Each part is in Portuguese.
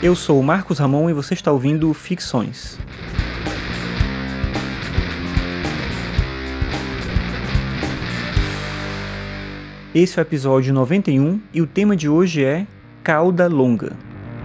Eu sou o Marcos Ramon e você está ouvindo Ficções. Esse é o episódio 91 e o tema de hoje é Cauda Longa.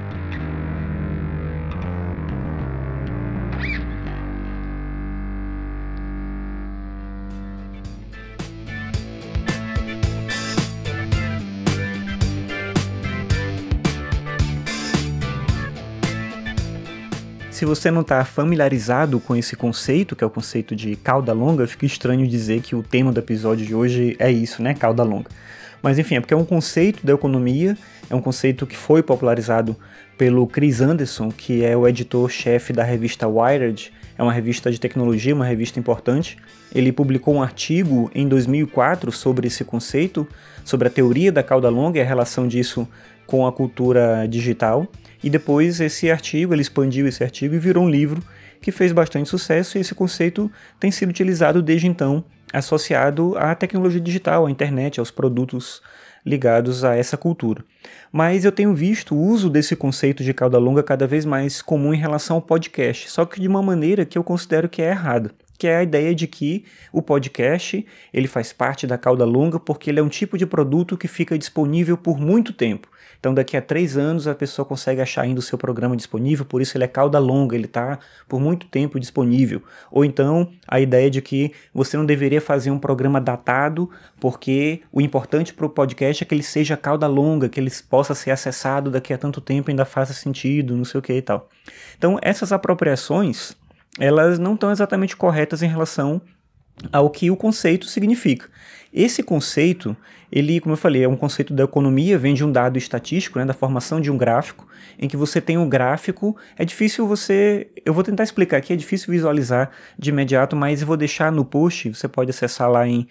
Se você não está familiarizado com esse conceito, que é o conceito de cauda longa, fica estranho dizer que o tema do episódio de hoje é isso, né? Cauda longa. Mas enfim, é porque é um conceito da economia, é um conceito que foi popularizado pelo Chris Anderson, que é o editor-chefe da revista Wired, é uma revista de tecnologia, uma revista importante. Ele publicou um artigo em 2004 sobre esse conceito, sobre a teoria da cauda longa e a relação disso com a cultura digital. E depois ele expandiu esse artigo e virou um livro que fez bastante sucesso, e esse conceito tem sido utilizado desde então, associado à tecnologia digital, à internet, aos produtos ligados a essa cultura. Mas eu tenho visto o uso desse conceito de cauda longa cada vez mais comum em relação ao podcast, só que de uma maneira que eu considero que é errada, que é a ideia de que o podcast ele faz parte da cauda longa porque ele é um tipo de produto que fica disponível por muito tempo. Então daqui a 3 anos a pessoa consegue achar ainda o seu programa disponível, por isso ele é cauda longa, ele está por muito tempo disponível. Ou então a ideia de que você não deveria fazer um programa datado porque o importante para o podcast é que ele seja cauda longa, que ele possa ser acessado daqui a tanto tempo e ainda faça sentido, não sei o que e tal. Então essas apropriações, elas não estão exatamente corretas em relação ao que o conceito significa. Esse conceito, ele, como eu falei, é um conceito da economia, vem de um dado estatístico, né, da formação de um gráfico, em que você tem um gráfico, eu vou tentar explicar aqui, é difícil visualizar de imediato, mas eu vou deixar no post, você pode acessar lá em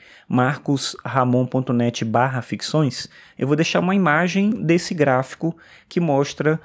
marcosramon.net/ficções, eu vou deixar uma imagem desse gráfico que mostra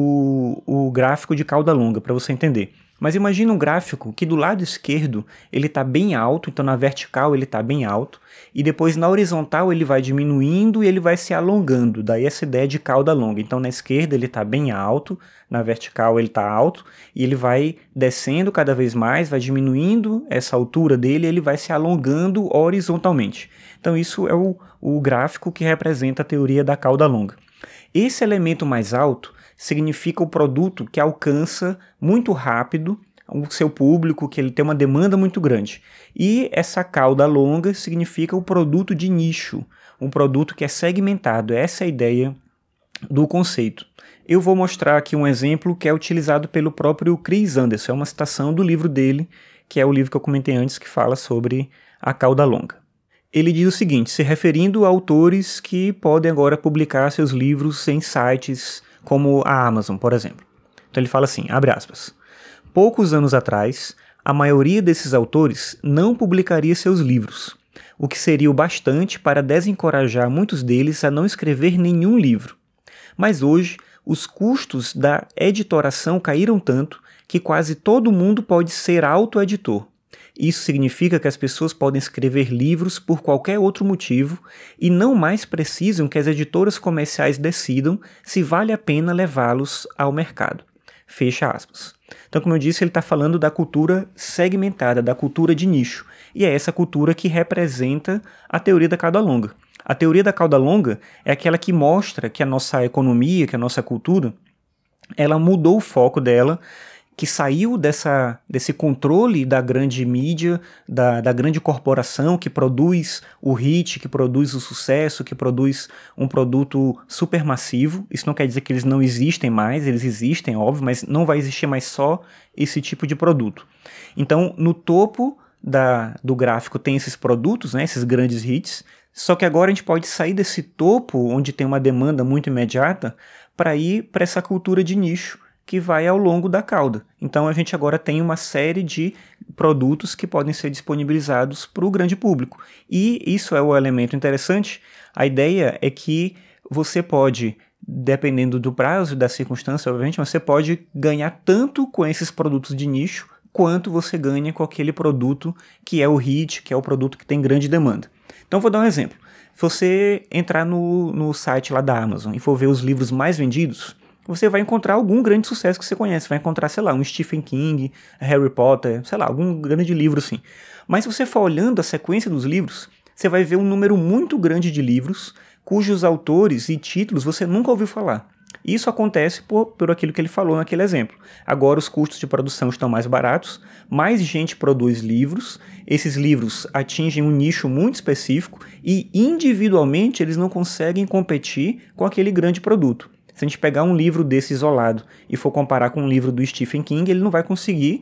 o gráfico de cauda longa, para você entender. Mas imagina um gráfico que do lado esquerdo ele está bem alto, então na vertical ele está bem alto, e depois na horizontal ele vai diminuindo e ele vai se alongando, daí essa ideia de cauda longa. Então na esquerda ele está bem alto, na vertical ele está alto, e ele vai descendo cada vez mais, vai diminuindo essa altura dele e ele vai se alongando horizontalmente. Então isso é o gráfico que representa a teoria da cauda longa. Esse elemento mais alto significa o produto que alcança muito rápido o seu público, que ele tem uma demanda muito grande. E essa cauda longa significa o produto de nicho, um produto que é segmentado. Essa é a ideia do conceito. Eu vou mostrar aqui um exemplo que é utilizado pelo próprio Chris Anderson, é uma citação do livro dele, que é o livro que eu comentei antes, que fala sobre a cauda longa. Ele diz o seguinte, se referindo a autores que podem agora publicar seus livros em sites como a Amazon, por exemplo. Então ele fala assim, abre aspas, poucos anos atrás, a maioria desses autores não publicaria seus livros, o que seria o bastante para desencorajar muitos deles a não escrever nenhum livro. Mas hoje, os custos da editoração caíram tanto que quase todo mundo pode ser autoeditor. Isso significa que as pessoas podem escrever livros por qualquer outro motivo e não mais precisam que as editoras comerciais decidam se vale a pena levá-los ao mercado. Fecha aspas. Então, como eu disse, ele está falando da cultura segmentada, da cultura de nicho. E é essa cultura que representa a teoria da cauda longa. A teoria da cauda longa é aquela que mostra que a nossa economia, que a nossa cultura, ela mudou o foco dela, que saiu desse controle da grande mídia, da grande corporação que produz o hit, que produz o sucesso, que produz um produto supermassivo. Isso não quer dizer que eles não existem mais, eles existem, óbvio, mas não vai existir mais só esse tipo de produto. Então, no topo do gráfico tem esses produtos, né, esses grandes hits, só que agora a gente pode sair desse topo, onde tem uma demanda muito imediata, para ir para essa cultura de nicho, que vai ao longo da cauda. Então a gente agora tem uma série de produtos que podem ser disponibilizados para o grande público. E isso é o elemento interessante. A ideia é que você pode, dependendo do prazo e da circunstância, obviamente, você pode ganhar tanto com esses produtos de nicho, quanto você ganha com aquele produto que é o hit, que é o produto que tem grande demanda. Então vou dar um exemplo. Se você entrar no site lá da Amazon e for ver os livros mais vendidos, você vai encontrar algum grande sucesso que você conhece. Vai encontrar, sei lá, um Stephen King, Harry Potter, sei lá, algum grande livro assim. Mas se você for olhando a sequência dos livros, você vai ver um número muito grande de livros cujos autores e títulos você nunca ouviu falar. Isso acontece por aquilo que ele falou naquele exemplo. Agora os custos de produção estão mais baratos, mais gente produz livros, esses livros atingem um nicho muito específico e individualmente eles não conseguem competir com aquele grande produto. Se a gente pegar um livro desse isolado e for comparar com um livro do Stephen King, ele não vai conseguir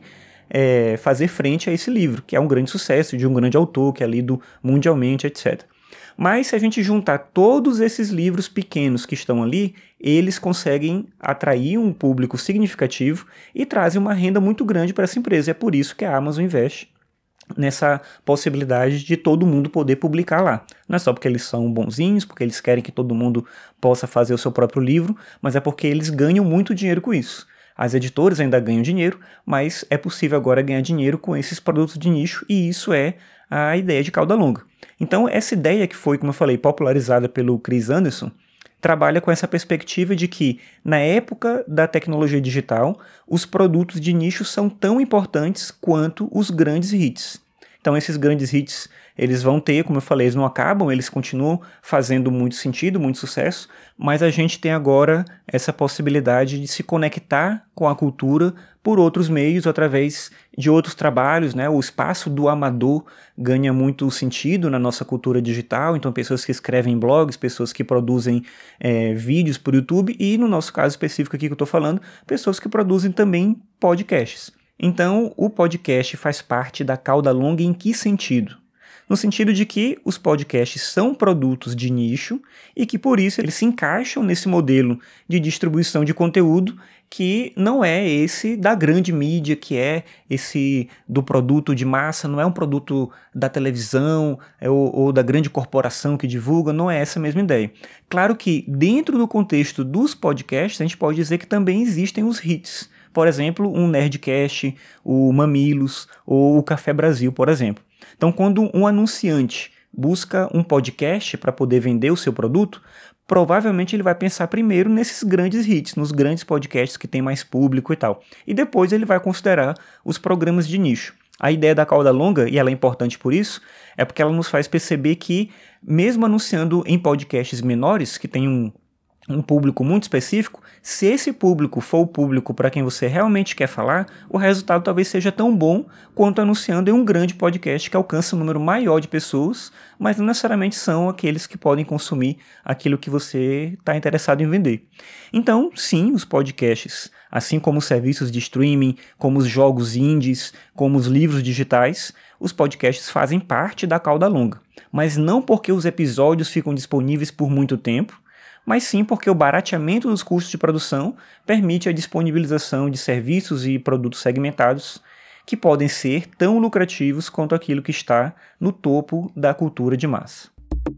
fazer frente a esse livro, que é um grande sucesso de um grande autor, que é lido mundialmente, etc. Mas se a gente juntar todos esses livros pequenos que estão ali, eles conseguem atrair um público significativo e trazem uma renda muito grande para essa empresa. É por isso que a Amazon investe nessa possibilidade de todo mundo poder publicar lá. Não é só porque eles são bonzinhos, porque eles querem que todo mundo possa fazer o seu próprio livro, mas é porque eles ganham muito dinheiro com isso. As editoras ainda ganham dinheiro, mas é possível agora ganhar dinheiro com esses produtos de nicho, e isso é a ideia de cauda longa. Então, essa ideia que foi, como eu falei, popularizada pelo Chris Anderson, trabalha com essa perspectiva de que, na época da tecnologia digital, os produtos de nicho são tão importantes quanto os grandes hits. Então, esses grandes hits, eles vão ter, como eu falei, eles não acabam, eles continuam fazendo muito sentido, muito sucesso, mas a gente tem agora essa possibilidade de se conectar com a cultura por outros meios, através de outros trabalhos, né? O espaço do amador ganha muito sentido na nossa cultura digital, então pessoas que escrevem blogs, pessoas que produzem vídeos por YouTube e, no nosso caso específico aqui que eu estou falando, pessoas que produzem também podcasts. Então, o podcast faz parte da cauda longa em que sentido? No sentido de que os podcasts são produtos de nicho e que, por isso, eles se encaixam nesse modelo de distribuição de conteúdo que não é esse da grande mídia, que é esse do produto de massa, não é um produto da televisão ou da grande corporação que divulga, não é essa a mesma ideia. Claro que, dentro do contexto dos podcasts, a gente pode dizer que também existem os hits. Por exemplo, um Nerdcast, o Mamilos ou o Café Brasil, por exemplo. Então, quando um anunciante busca um podcast para poder vender o seu produto, provavelmente ele vai pensar primeiro nesses grandes hits, nos grandes podcasts que tem mais público e tal. E depois ele vai considerar os programas de nicho. A ideia da cauda longa, e ela é importante por isso, é porque ela nos faz perceber que, mesmo anunciando em podcasts menores, que tem um público muito específico, se esse público for o público para quem você realmente quer falar, o resultado talvez seja tão bom quanto anunciando em um grande podcast que alcança um número maior de pessoas, mas não necessariamente são aqueles que podem consumir aquilo que você está interessado em vender. Então, sim, os podcasts, assim como os serviços de streaming, como os jogos indies, como os livros digitais, os podcasts fazem parte da cauda longa, mas não porque os episódios ficam disponíveis por muito tempo, mas sim porque o barateamento dos custos de produção permite a disponibilização de serviços e produtos segmentados que podem ser tão lucrativos quanto aquilo que está no topo da cultura de massa.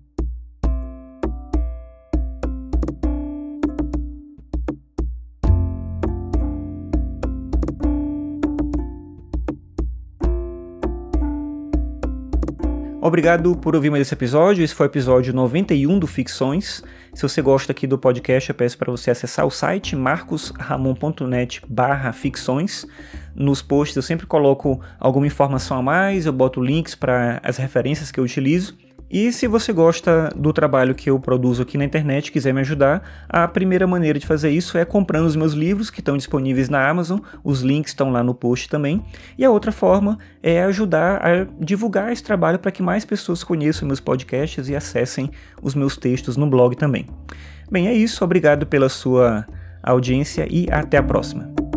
Obrigado por ouvir mais esse episódio. Esse foi o episódio 91 do Ficções. Se você gosta aqui do podcast, eu peço para você acessar o site marcosramon.net/ficções. Nos posts eu sempre coloco alguma informação a mais, eu boto links para as referências que eu utilizo. E se você gosta do trabalho que eu produzo aqui na internet e quiser me ajudar, a primeira maneira de fazer isso é comprando os meus livros que estão disponíveis na Amazon, os links estão lá no post também. E a outra forma é ajudar a divulgar esse trabalho para que mais pessoas conheçam meus podcasts e acessem os meus textos no blog também. Bem, é isso, obrigado pela sua audiência e até a próxima.